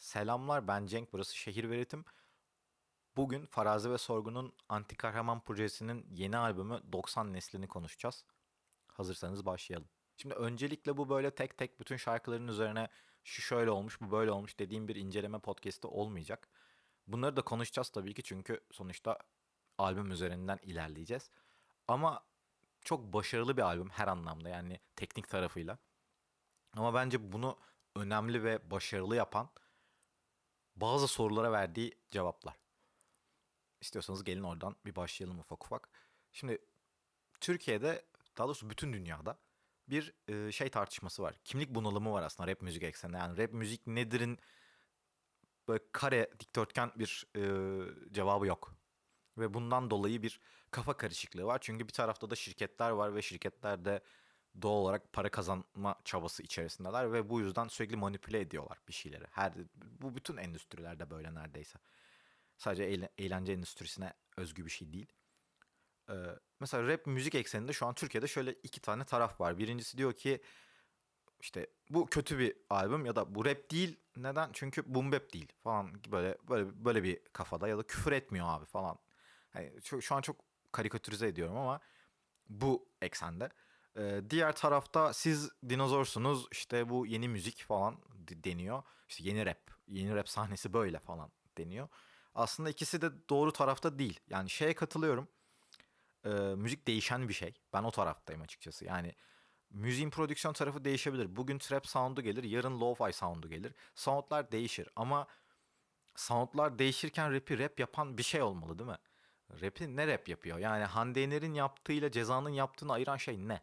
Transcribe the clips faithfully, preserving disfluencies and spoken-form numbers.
Selamlar, ben Cenk, burası Şehir ve Ritim. Bugün Farazi ve Sorgu'nun Anti Kahraman projesinin yeni albümü doksan Neslini konuşacağız. Hazırsanız başlayalım. Şimdi öncelikle bu böyle tek tek bütün şarkıların üzerine şu şöyle olmuş, bu böyle olmuş dediğim bir inceleme podcast'i olmayacak. Bunları da konuşacağız tabii ki çünkü sonuçta albüm üzerinden ilerleyeceğiz. Ama çok başarılı bir albüm her anlamda, yani teknik tarafıyla. Ama bence bunu önemli ve başarılı yapan bazı sorulara verdiği cevaplar. İstiyorsanız gelin oradan bir başlayalım ufak ufak. Şimdi Türkiye'de, daha doğrusu bütün dünyada bir e, şey tartışması var. Kimlik bunalımı var aslında rap müzik ekseninde. Yani rap müzik nedir'in böyle kare, dikdörtgen bir e, cevabı yok. Ve bundan dolayı bir kafa karışıklığı var. Çünkü bir tarafta da şirketler var ve şirketler de doğal olarak para kazanma çabası içerisindeler ve bu yüzden sürekli manipüle ediyorlar bir şeyleri. Her bu bütün endüstrilerde böyle neredeyse. Sadece eğle- eğlence endüstrisine özgü bir şey değil. Ee, Mesela rap müzik ekseninde şu an Türkiye'de şöyle iki tane taraf var. Birincisi diyor ki işte bu kötü bir albüm ya da bu rap değil. Neden? Çünkü boom bap değil falan, böyle böyle böyle bir kafada, ya da küfür etmiyor abi falan. Hani şu, şu an çok karikatürize ediyorum ama bu eksende. Ee, diğer tarafta siz dinozorsunuz, işte bu yeni müzik falan deniyor. İşte yeni rap, yeni rap sahnesi böyle falan deniyor. Aslında ikisi de doğru tarafta değil. Yani şeye katılıyorum. Ee, müzik değişen bir şey. Ben o taraftayım açıkçası. Yani müziğin prodüksiyon tarafı değişebilir. Bugün trap sound'u gelir, yarın lo-fi sound'u gelir. Sound'lar değişir ama sound'lar değişirken rap'i rap yapan bir şey olmalı, değil mi? Rap'i ne rap yapıyor? Yani Hande Yener'in yaptığıyla Ceza'nın yaptığını ayıran şey ne?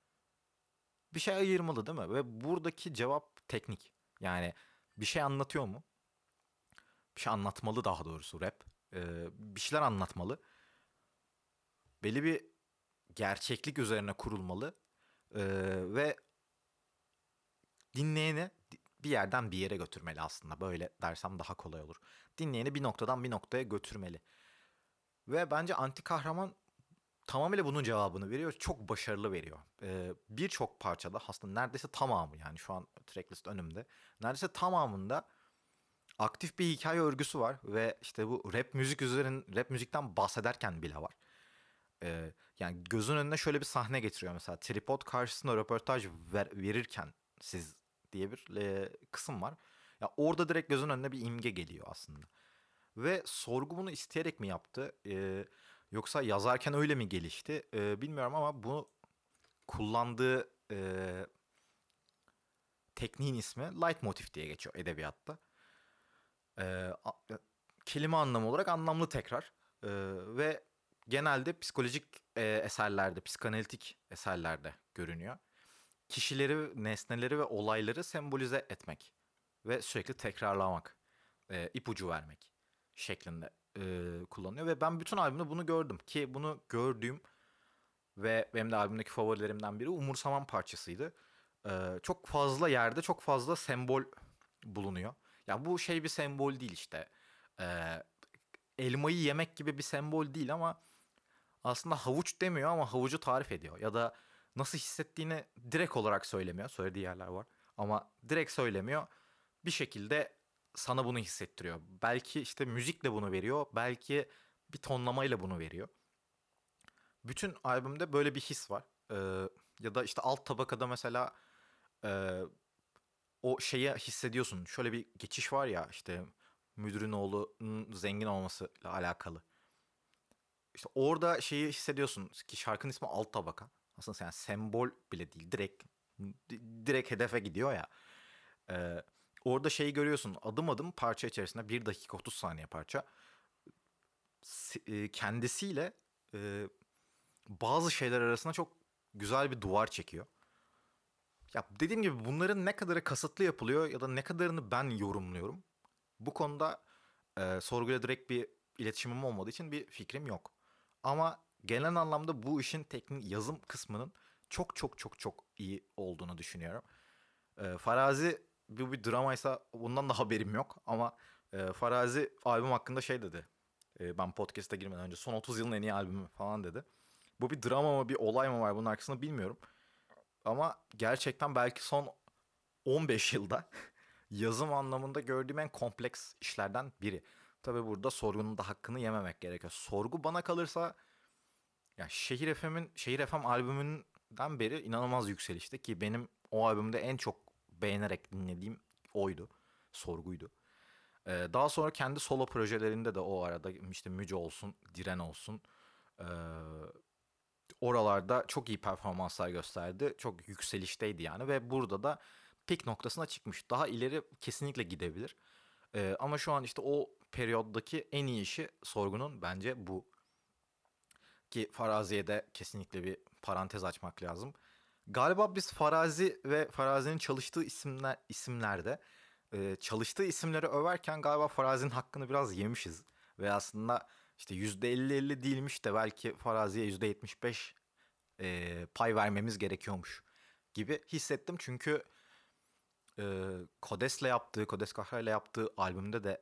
Bir şey ayırmalı, değil mi? Ve buradaki cevap teknik. Yani bir şey anlatıyor mu? Bir şey anlatmalı, daha doğrusu rap. Ee, bir şeyler anlatmalı. Belli bir gerçeklik üzerine kurulmalı. Ee, Ve dinleyeni bir yerden bir yere götürmeli aslında. Böyle dersem daha kolay olur. Dinleyeni bir noktadan bir noktaya götürmeli. Ve bence anti kahraman tamamıyla bunun cevabını veriyor. Çok başarılı veriyor. Ee, Birçok parçada, aslında neredeyse tamamı, yani şu an tracklist önümde. Neredeyse tamamında aktif bir hikaye örgüsü var ve işte bu rap müzik üzerin rap müzikten bahsederken bile var. Ee, yani gözün önüne şöyle bir sahne getiriyor mesela. Tripod karşısında röportaj ver, verirken siz diye bir e, kısım var. Ya orada direkt gözün önüne bir imge geliyor aslında. Ve Sorgu bunu isteyerek mi yaptı? Ee, yoksa yazarken öyle mi gelişti? Ee, bilmiyorum ama bu kullandığı e, tekniğin ismi leitmotif diye geçiyor edebiyatta. Ee, a- Kelime anlamı olarak anlamlı tekrar. Ee, Ve genelde psikolojik e, eserlerde, psikanalitik eserlerde görünüyor. Kişileri, nesneleri ve olayları sembolize etmek ve sürekli tekrarlamak, e, ipucu vermek şeklinde e, kullanıyor. Ve ben bütün albümde bunu gördüm ki bunu gördüğüm ve benim de albümdeki favorilerimden biri Umursamam parçasıydı. Ee, çok fazla yerde çok fazla sembol bulunuyor. Ya bu şey bir sembol değil işte. Ee, Elmayı yemek gibi bir sembol değil ama aslında havuç demiyor ama havucu tarif ediyor. Ya da nasıl hissettiğini direkt olarak söylemiyor. Söylediği yerler var. Ama direkt söylemiyor. Bir şekilde sana bunu hissettiriyor. Belki işte müzikle bunu veriyor. Belki bir tonlamayla bunu veriyor. Bütün albümde böyle bir his var. Ee, Ya da işte alt tabakada mesela e, o şeyi hissediyorsun. Şöyle bir geçiş var ya, işte müdürün oğlunun zengin olmasıyla alakalı. İşte orada şeyi hissediyorsun ki şarkının ismi Alt Tabaka. Aslında yani sembol bile değil. Direkt direkt hedefe gidiyor ya. Ee, Orada şeyi görüyorsun. Adım adım parça içerisinde bir dakika otuz saniye parça. e, Kendisiyle e, bazı şeyler arasında çok güzel bir duvar çekiyor. Ya dediğim gibi bunların ne kadarı kasıtlı yapılıyor ya da ne kadarını ben yorumluyorum. Bu konuda e, sorguyla direkt bir iletişimim olmadığı için bir fikrim yok. Ama genel anlamda bu işin teknik yazım kısmının çok çok çok çok iyi olduğunu düşünüyorum. E, Farazi bu bir dramaysa bundan da haberim yok ama e, Farazi albüm hakkında şey dedi. E, ben podcast'a girmeden önce son otuz yılın en iyi albümü falan dedi. Bu bir drama mı bir olay mı var bunun arkasında bilmiyorum. Ama gerçekten belki son on beş yılda yazım anlamında gördüğüm en kompleks işlerden biri. Tabii burada sorgunun da hakkını yememek gerekiyor. Sorgu bana kalırsa ya Şehir F M'in Şehir F M albümünden beri inanılmaz yükselişti ki benim o albümde en çok beğenerek dinlediğim oydu. Sorguydu. Ee, daha sonra kendi solo projelerinde de o arada işte Müce olsun, Diren olsun. ee, Oralarda çok iyi performanslar gösterdi. Çok yükselişteydi yani ve burada da pik noktasına çıkmış. Daha ileri kesinlikle gidebilir. Ee, ama şu an işte o periyoddaki en iyi işi Sorgun'un bence bu. Ki Farazi'ye de kesinlikle bir parantez açmak lazım. Galiba biz Farazi ve Farazi'nin çalıştığı isimler isimlerde e, çalıştığı isimleri överken galiba Farazi'nin hakkını biraz yemişiz. Ve aslında işte yüzde elli elli değilmiş de belki Farazi'ye yüzde yetmiş beş e, pay vermemiz gerekiyormuş gibi hissettim. Çünkü e, Kodes'le yaptığı, Kodes Kahra'yla yaptığı albümde de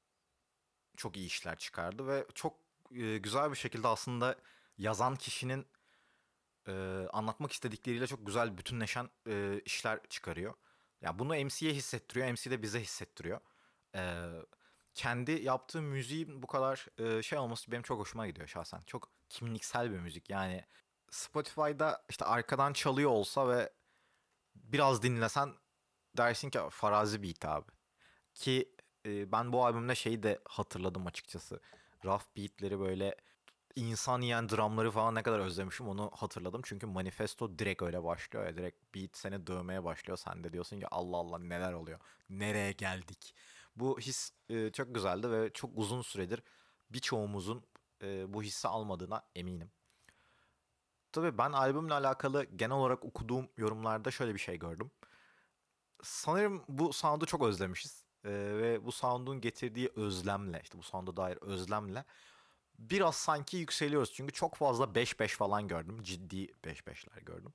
çok iyi işler çıkardı ve çok e, güzel bir şekilde aslında yazan kişinin e, anlatmak istedikleriyle çok güzel bütünleşen e, işler çıkarıyor. Ya bunu M C'ye hissettiriyor, M C de bize hissettiriyor. E, Kendi yaptığı müziğin bu kadar e, şey olması benim çok hoşuma gidiyor şahsen. Çok kimliksel bir müzik. Yani Spotify'da işte arkadan çalıyor olsa ve biraz dinlesen dersin ki Farazi Beat abi. Ki e, ben bu albümde şeyi de hatırladım açıkçası. Rough beatleri böyle insan yiyen drumları falan ne kadar özlemişim onu hatırladım. Çünkü Manifesto direkt öyle başlıyor ya. Direkt beat seni dövmeye başlıyor. Sen de diyorsun ki Allah Allah neler oluyor. Nereye geldik? Bu his e, çok güzeldi ve çok uzun süredir birçoğumuzun e, bu hissi almadığına eminim. Tabii ben albümle alakalı genel olarak okuduğum yorumlarda şöyle bir şey gördüm. Sanırım bu sound'u çok özlemişiz. Ee, ve bu sound'un getirdiği özlemle, işte bu sound'a dair özlemle biraz sanki yükseliyoruz. Çünkü çok fazla beş beş falan gördüm. Ciddi beş beşler gördüm.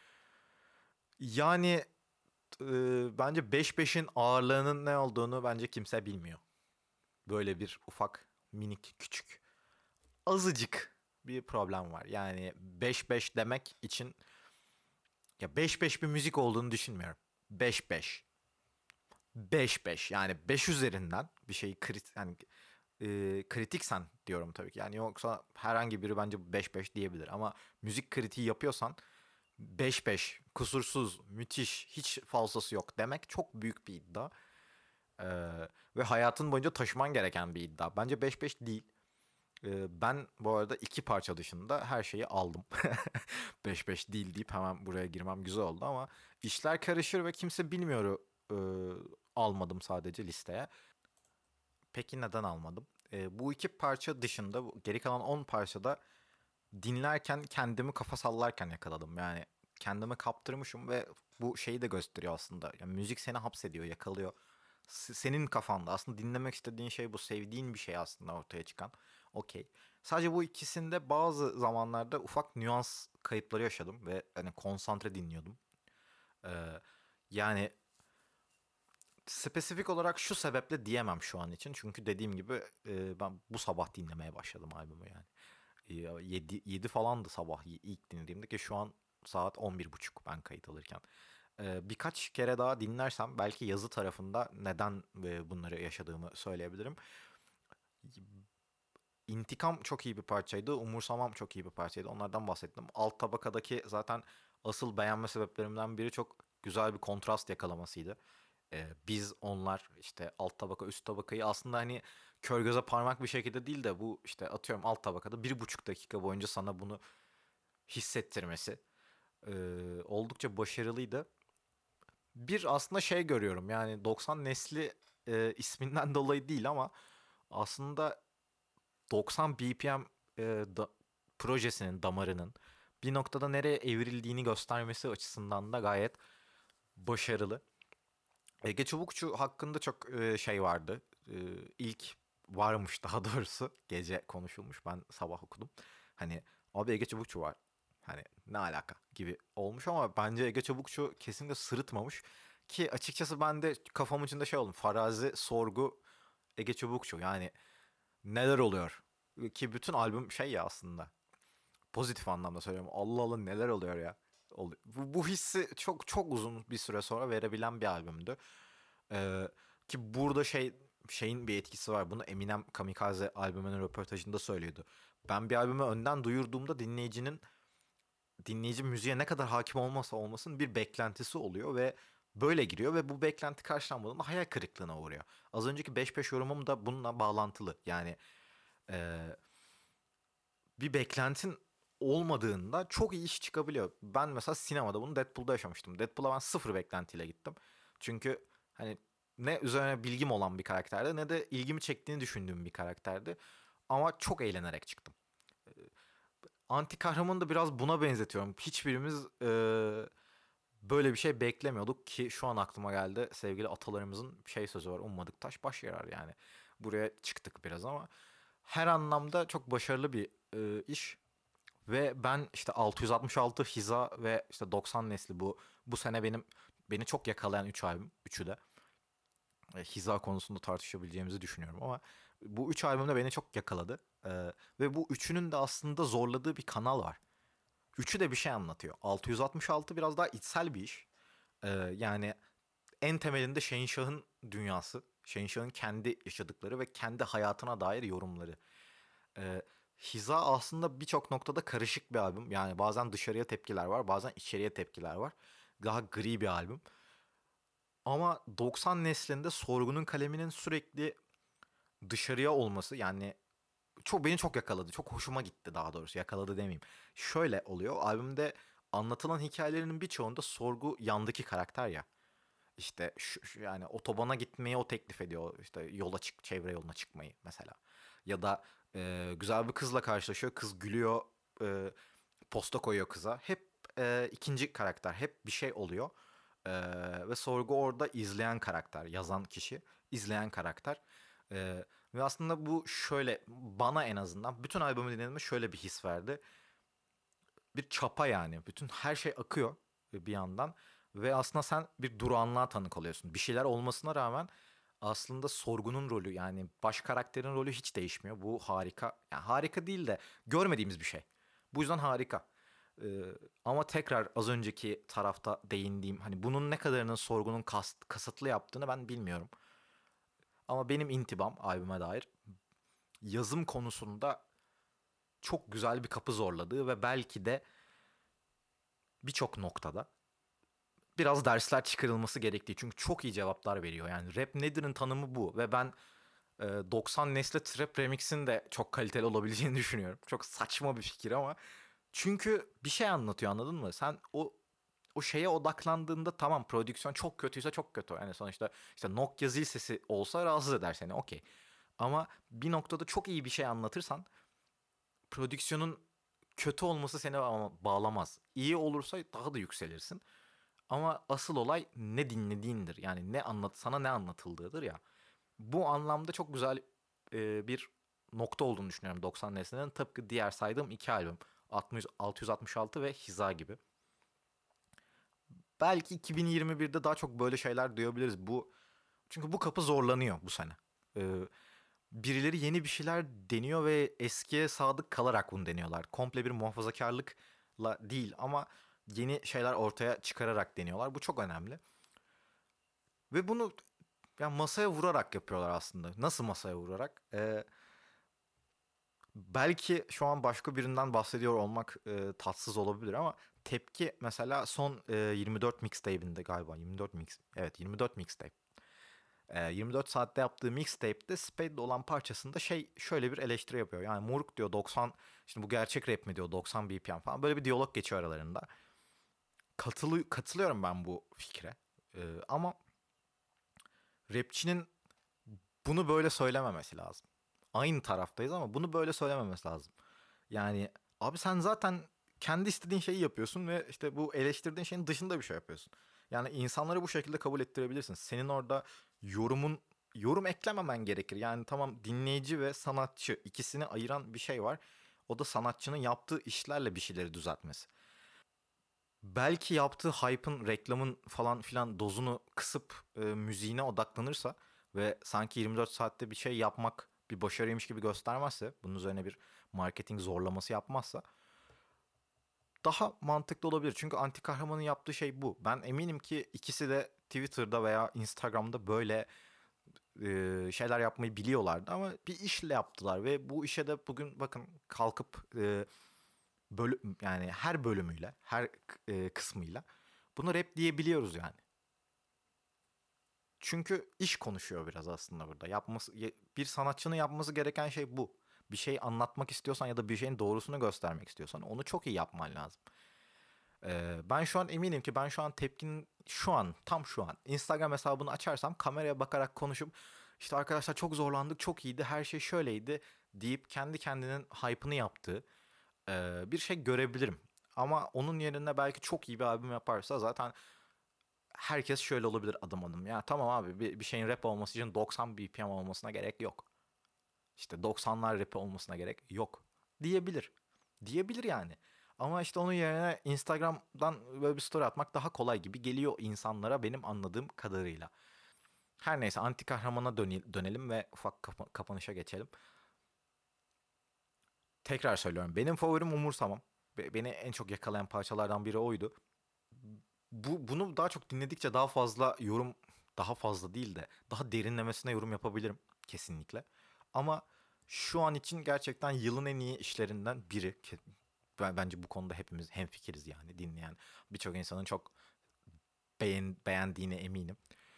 Yani e, bence beş beşin ağırlığının ne olduğunu bence kimse bilmiyor. Böyle bir ufak, minik, küçük, azıcık bir problem var. Yani beş beş demek için ya beş beş bir müzik olduğunu düşünmüyorum. beş beş. beş beş yani beş üzerinden bir şeyi krit yani e, kritiksen diyorum tabii ki. Yani yoksa herhangi biri bence beş beş diyebilir ama müzik kritiği yapıyorsan beş beş kusursuz, müthiş, hiç falsosu yok demek çok büyük bir iddia. Ee, Ve hayatın boyunca taşıman gereken bir iddia. Bence beş beş değil. Ee, ben bu arada iki parça dışında her şeyi aldım. beş beş değil deyip hemen buraya girmem güzel oldu ama işler karışır ve kimse bilmiyor. e, Almadım sadece listeye. Peki neden almadım? Ee, bu iki parça dışında geri kalan on parçada dinlerken kendimi kafa sallarken yakaladım. Yani kendimi kaptırmışım ve bu şeyi de gösteriyor aslında. Yani müzik seni hapsediyor, yakalıyor. S- senin kafanda aslında dinlemek istediğin şey bu. Sevdiğin bir şey aslında ortaya çıkan. Okey. Sadece bu ikisinde bazı zamanlarda ufak nüans kayıpları yaşadım ve hani konsantre dinliyordum. Ee, Yani spesifik olarak şu sebeple diyemem şu an için. Çünkü dediğim gibi e, ben bu sabah dinlemeye başladım albümü yani. yedi yedi falandı sabah ilk dinlediğimde ki şu an saat on bir buçuk ben kayıt alırken. Ee, birkaç kere daha dinlersem belki yazı tarafında neden e, bunları yaşadığımı söyleyebilirim. İntikam çok iyi bir parçaydı. Umursamam çok iyi bir parçaydı. Onlardan bahsettim. Alt tabakadaki zaten asıl beğenme sebeplerimden biri çok güzel bir kontrast yakalamasıydı. Ee, biz onlar işte alt tabaka üst tabakayı aslında hani kör göze parmak bir şekilde değil de bu işte atıyorum alt tabakada bir buçuk dakika boyunca sana bunu hissettirmesi e, oldukça başarılıydı. Bir aslında şey görüyorum yani doksan nesli e, isminden dolayı değil ama aslında doksan B P M e, da, projesinin damarının bir noktada nereye evrildiğini göstermesi açısından da gayet başarılı. Ege Çubukçu hakkında çok e, şey vardı. E, ilk varmış daha doğrusu. Gece konuşulmuş. Ben sabah okudum. Hani abi Ege Çubukçu var. Hani ne alaka gibi olmuş ama bence Ege Çubukçu kesinlikle sırıtmamış. Ki açıkçası ben de kafamın içinde şey oldum. Farazi, Sorgu, Ege Çubukçu. Yani neler oluyor? Ki bütün albüm şey ya aslında. Pozitif anlamda söylüyorum. Allah Allah neler oluyor ya. Oluyor. Bu, bu hissi çok çok uzun bir süre sonra verebilen bir albümdü. Ee, Ki burada şey şeyin bir etkisi var. Bunu Eminem Kamikaze albümünün röportajında söylüyordu. Ben bir albümü önden duyurduğumda dinleyicinin dinleyici müziğe ne kadar hakim olmasa olmasın bir beklentisi oluyor ve böyle giriyor ve bu beklenti karşılanmadığında hayal kırıklığına uğruyor. Az önceki beş beş yorumum da bununla bağlantılı. Yani eee, bir beklentin olmadığında çok iyi iş çıkabiliyor. Ben mesela sinemada bunu Deadpool'da yaşamıştım. Deadpool'a ben sıfır beklentiyle gittim. Çünkü hani ne üzerine bilgim olan bir karakterdi ne de ilgimi çektiğini düşündüğüm bir karakterdi. Ama çok eğlenerek çıktım. Anti kahramanı da biraz buna benzetiyorum. Hiçbirimiz eee, böyle bir şey beklemiyorduk ki şu an aklıma geldi. Sevgili atalarımızın şey sözü var. Ummadık taş baş yarar yani. Buraya çıktık biraz ama her anlamda çok başarılı bir eee, iş. Ve ben işte altı yüz altmış altı Hiza ve işte doksan nesli bu bu sene benim beni çok yakalayan üç albüm. Üçü de. E, Hiza konusunda tartışabileceğimizi düşünüyorum ama bu üç albüm de beni çok yakaladı. Eee, ve bu üçünün de aslında zorladığı bir kanal var. Üçü de bir şey anlatıyor. altı yüz altmış altı biraz daha içsel bir iş. Ee, yani en temelinde Şehinşah'ın dünyası. Şehinşah'ın kendi yaşadıkları ve kendi hayatına dair yorumları. Ee, Hiza aslında birçok noktada karışık bir albüm. Yani bazen dışarıya tepkiler var, bazen içeriye tepkiler var. Daha gri bir albüm. Ama doksan neslinde Sorgun'un kaleminin sürekli dışarıya olması yani çok beni çok yakaladı. Çok hoşuma gitti daha doğrusu. Yakaladı demeyeyim. Şöyle oluyor. Albümde anlatılan hikayelerinin birçoğunda Sorgu yandaki karakter ya. İşte şu, şu- yani otobana gitmeyi o teklif ediyor. İşte yola çık, çevre yoluna çıkmayı mesela. Ya da e, güzel bir kızla karşılaşıyor. Kız gülüyor, e, posta koyuyor kıza. Hep e, ikinci karakter, hep bir şey oluyor. E, Ve Sorgu orada izleyen karakter, yazan kişi, izleyen karakter. E, Ve aslında bu şöyle bana en azından bütün albümü dinlediğimde şöyle bir his verdi. Bir çapa yani. Bütün her şey akıyor bir yandan ve aslında sen bir durağanlığa tanık oluyorsun. Bir şeyler olmasına rağmen aslında sorgunun rolü yani baş karakterin rolü hiç değişmiyor. Bu harika. Yani harika değil de görmediğimiz bir şey. Bu yüzden harika. Ee, Ama tekrar az önceki tarafta değindiğim hani bunun ne kadarının sorgunun kast, kasıtlı yaptığını ben bilmiyorum. Ama benim intibam albüme dair yazım konusunda çok güzel bir kapı zorladığı ve belki de birçok noktada biraz dersler çıkarılması gerektiği. Çünkü çok iyi cevaplar veriyor. Yani rap nedir'in tanımı bu. Ve ben e, doksan nesle trap remix'in de çok kaliteli olabileceğini düşünüyorum. Çok saçma bir fikir ama. Çünkü bir şey anlatıyor, anladın mı? Sen o o şeye odaklandığında tamam prodüksiyon çok kötüyse çok kötü. Yani sonuçta işte Nokia zil sesi olsa rahatsız eder seni, okey. Ama bir noktada çok iyi bir şey anlatırsan prodüksiyonun kötü olması seni ama bağlamaz. İyi olursa daha da yükselirsin. Ama asıl olay ne dinlediğindir. Yani ne anlat sana ne anlatıldığıdır ya. Bu anlamda çok güzel e, bir nokta olduğunu düşünüyorum doksan nesnenin. Tıpkı diğer saydığım iki albüm altmış, altı yüz altmış altı ve Hiza gibi. Belki iki bin yirmi birde daha çok böyle şeyler duyabiliriz. Bu çünkü bu kapı zorlanıyor bu sene. Ee, Birileri yeni bir şeyler deniyor ve eskiye sadık kalarak bunu deniyorlar. Komple bir muhafazakarlıkla değil ama yeni şeyler ortaya çıkararak deniyorlar. Bu çok önemli. Ve bunu ya masaya vurarak yapıyorlar aslında. Nasıl masaya vurarak? Ee, belki şu an başka birinden bahsediyor olmak e, tatsız olabilir ama Tepki mesela son e, yirmi dört mixtape'inde galiba yirmi dört mix. Evet, yirmi dört mixtape. E, yirmi dört saatte yaptığı mixtape'de Spade'le olan parçasında şey şöyle bir eleştiri yapıyor. Yani Moruk diyor doksan, şimdi bu gerçek rap mi diyor, doksan B P M falan, böyle bir diyalog geçiyor aralarında. Katılı, katılıyorum ben bu fikre. E, ama rapçinin bunu böyle söylememesi lazım. Aynı taraftayız ama bunu böyle söylememesi lazım. Yani abi sen zaten kendi istediğin şeyi yapıyorsun ve işte bu eleştirdiğin şeyin dışında bir şey yapıyorsun. Yani insanları bu şekilde kabul ettirebilirsin. Senin orada yorumun yorum eklememen gerekir. Yani tamam, dinleyici ve sanatçı ikisini ayıran bir şey var. O da sanatçının yaptığı işlerle bir şeyleri düzeltmesi. Belki yaptığı hype'ın, reklamın falan filan dozunu kısıp e, müziğine odaklanırsa ve sanki yirmi dört saatte bir şey yapmak bir başarıymış gibi göstermezse, bunun üzerine bir marketing zorlaması yapmazsa daha mantıklı olabilir. Çünkü anti kahramanın yaptığı şey bu. Ben eminim ki ikisi de Twitter'da veya Instagram'da böyle e, şeyler yapmayı biliyorlardı ama bir işle yaptılar ve bu işe de bugün bakın kalkıp e, bölüm yani her bölümüyle, her e, kısmıyla bunu rap diyebiliyoruz yani. Çünkü iş konuşuyor biraz aslında burada. Yapması bir sanatçının yapması gereken şey bu. Bir şey anlatmak istiyorsan ya da bir şeyin doğrusunu göstermek istiyorsan onu çok iyi yapman lazım. Ee, ben şu an eminim ki ben şu an tepkinin şu an tam şu an Instagram hesabını açarsam kameraya bakarak konuşup işte arkadaşlar çok zorlandık, çok iyiydi, her şey şöyleydi deyip kendi kendinin hype'ını yaptığı e, bir şey görebilirim. Ama onun yerine belki çok iyi bir albüm yaparsa zaten herkes şöyle olabilir adım adım. Ya tamam abi, bir, bir şeyin rap olması için doksan B P M olmasına gerek yok. İşte doksanlar rap olmasına gerek yok diyebilir. Diyebilir yani. Ama işte onun yerine Instagram'dan böyle bir story atmak daha kolay gibi geliyor insanlara benim anladığım kadarıyla. Her neyse, anti kahramana dönelim ve ufak kapa- kapanışa geçelim. Tekrar söylüyorum, benim favorim Umursamam. Beni en çok yakalayan parçalardan biri oydu. Bu bunu daha çok dinledikçe daha fazla yorum, daha fazla değil de daha derinlemesine yorum yapabilirim kesinlikle. Ama şu an için gerçekten yılın en iyi işlerinden biri. Ben bence bu konuda hepimiz hemfikiriz yani, dinleyen birçok insanın çok beğen, beğendiğine eminim.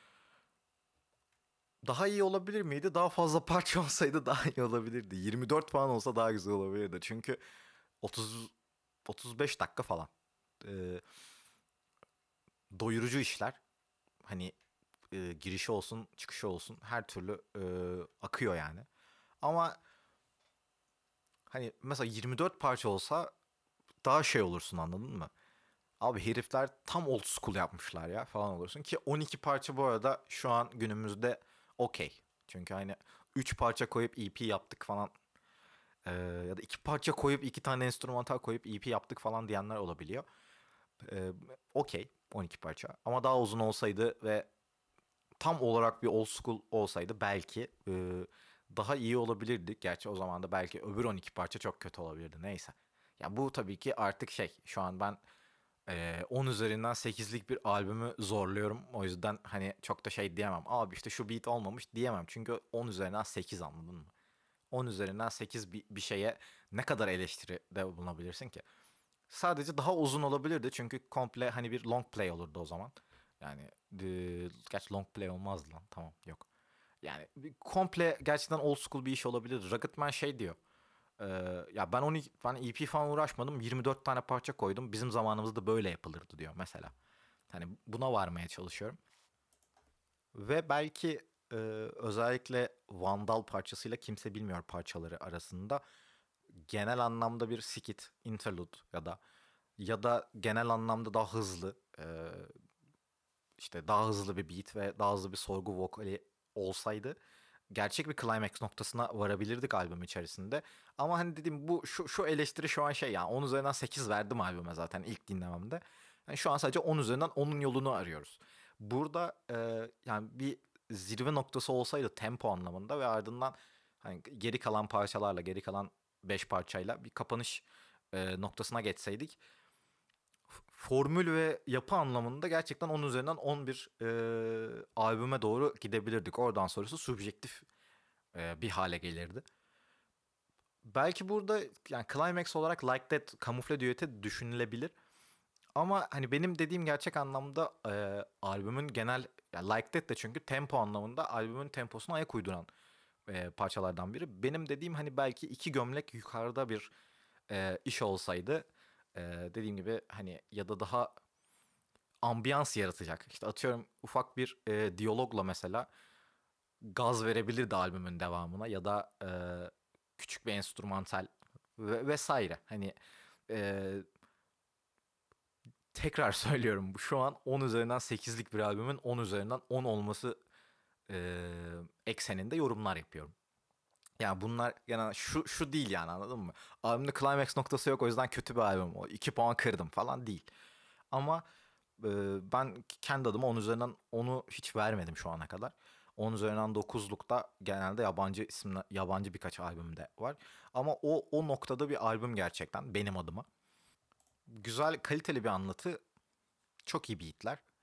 Daha iyi olabilir miydi? Daha fazla parça olsaydı daha iyi olabilirdi. yirmi dört falan olsa daha güzel olabilirdi. Çünkü otuz otuz beş dakika falan. Ee, doyurucu işler. Hani e, girişi olsun, çıkışı olsun her türlü e, akıyor yani. Ama hani mesela yirmi dört parça olsa daha şey olursun, anladın mı? Abi herifler tam old school yapmışlar ya falan olursun ki on iki parça bu arada şu an günümüzde okey. Çünkü hani üç parça koyup E P yaptık falan, e, ya da iki parça koyup iki tane enstrümantal koyup E P yaptık falan diyenler olabiliyor. E, okey on iki parça ama daha uzun olsaydı ve tam olarak bir old school olsaydı belki e, daha iyi olabilirdi. Gerçi o zaman da belki öbür on iki parça çok kötü olabilirdi. Neyse. Ya bu tabii ki artık şey. Şu an ben e, on üzerinden sekizlik bir albümü zorluyorum. O yüzden hani çok da şey diyemem. Abi işte şu beat olmamış diyemem. Çünkü on üzerinden sekiz, anladın mı? on üzerinden sekiz bir, bir şeye ne kadar eleştiride bulunabilirsin ki? Sadece daha uzun olabilirdi çünkü komple hani bir long play olurdu o zaman. Yani e, gerçi long play olmazdı lan. Tamam, yok. Yani bir komple gerçekten old school bir iş olabilirdi. Rocketman şey diyor. e, ya ben onu ben E P falan uğraşmadım. yirmi dört tane parça koydum. Bizim zamanımızda böyle yapılırdı diyor mesela. Hani buna varmaya çalışıyorum. Ve belki e, özellikle Vandal parçasıyla Kimse Bilmiyor parçaları arasında genel anlamda bir skit, interlude ya da ya da genel anlamda daha hızlı, e, işte daha hızlı bir beat ve daha hızlı bir sorgu vokali olsaydı gerçek bir climax noktasına varabilirdik albüm içerisinde. Ama hani dedim, bu şu, şu eleştiri şu an şey, yani on üzerinden sekiz verdim albüme zaten ilk dinlememde. Yani şu an sadece on üzerinden onun yolunu arıyoruz. Burada e, yani bir zirve noktası olsaydı tempo anlamında ve ardından hani geri kalan parçalarla, geri kalan beş parçayla bir kapanış e, noktasına geçseydik, formül ve yapı anlamında gerçekten on üzerinden on bir e, albüme doğru gidebilirdik. Oradan sonrası subjektif e, bir hale gelirdi. Belki burada yani climax olarak Like That kamufle düeti düşünülebilir. Ama hani benim dediğim gerçek anlamda e, albümün genel, yani Like That de çünkü tempo anlamında albümün temposuna ayak uyduran e, parçalardan biri. Benim dediğim hani belki iki gömlek yukarıda bir e, iş olsaydı, e, dediğim gibi hani, ya da daha ambiyans yaratacak. İşte atıyorum ufak bir e, diyalogla mesela gaz verebilirdi albümün devamına ya da e, küçük bir enstrümantal ve, vesaire. Hani e, tekrar söylüyorum, bu şu an on üzerinden sekizlik bir albümün on üzerinden on olması e, ekseninde yorumlar yapıyorum. Yani bunlar yani şu şu değil yani, anladın mı? Albümde climax noktası yok, o yüzden kötü bir albüm. O iki puan kırdım falan değil. Ama e, ben kendi adıma on üzerinden onu hiç vermedim şu ana kadar. on üzerinden dokuzlukta genelde yabancı isimler, yabancı birkaç albümde var. Ama o o noktada bir albüm gerçekten benim adıma. Güzel, kaliteli bir anlatı, çok iyi beatler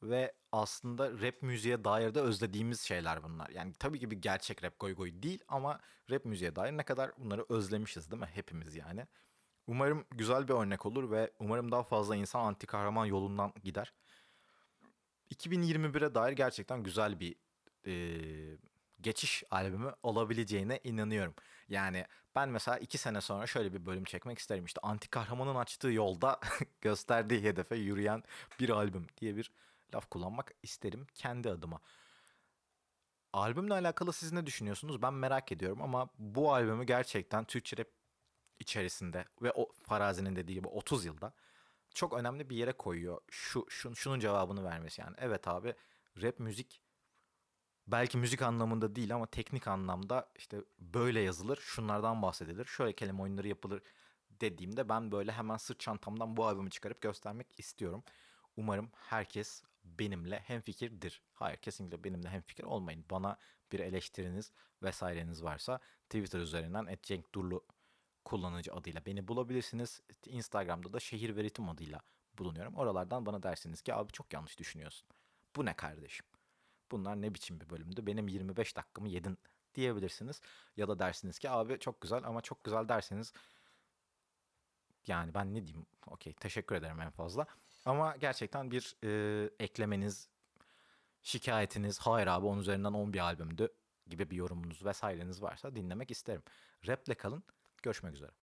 ve aslında rap müziğe dair de özlediğimiz şeyler bunlar. Yani tabii ki bir gerçek rap goy goy değil ama rap müziğe dair ne kadar bunları özlemişiz değil mi? Hepimiz yani. Umarım güzel bir örnek olur ve umarım daha fazla insan anti kahraman yolundan gider. iki bin yirmi bire dair gerçekten güzel bir eee, geçiş albümü olabileceğine inanıyorum. Yani ben mesela iki sene sonra şöyle bir bölüm çekmek isterim. İşte anti kahramanın açtığı yolda gösterdiği hedefe yürüyen bir albüm diye bir laf kullanmak isterim kendi adıma. Albümle alakalı siz ne düşünüyorsunuz? Ben merak ediyorum ama bu albümü gerçekten Türkçe rap içerisinde ve o Farazi'nin dediği gibi otuz yılda çok önemli bir yere koyuyor. Şu şun, şunun cevabını vermesi yani. Evet abi, rap müzik belki müzik anlamında değil ama teknik anlamda işte böyle yazılır, şunlardan bahsedilir, şöyle kelime oyunları yapılır dediğimde ben böyle hemen sırt çantamdan bu albümü çıkarıp göstermek istiyorum. Umarım herkes benimle hemfikirdir. Hayır, kesinlikle benimle hemfikir olmayın. Bana bir eleştiriniz vesaireniz varsa Twitter üzerinden @cenkdurlu kullanıcı adıyla beni bulabilirsiniz. Instagram'da da şehir ve ritim adıyla bulunuyorum. Oralardan bana dersiniz ki abi çok yanlış düşünüyorsun. Bu ne kardeşim? Bunlar ne biçim bir bölümdü? Benim yirmi beş dakikamı yedin diyebilirsiniz. Ya da dersiniz ki abi çok güzel, ama çok güzel derseniz yani ben ne diyeyim? Okey, teşekkür ederim en fazla. Ama gerçekten bir e, eklemeniz, şikayetiniz, hayır abi onun üzerinden on bir albümdü gibi bir yorumunuz vesaireniz varsa dinlemek isterim. Rap'le kalın. Görüşmek üzere.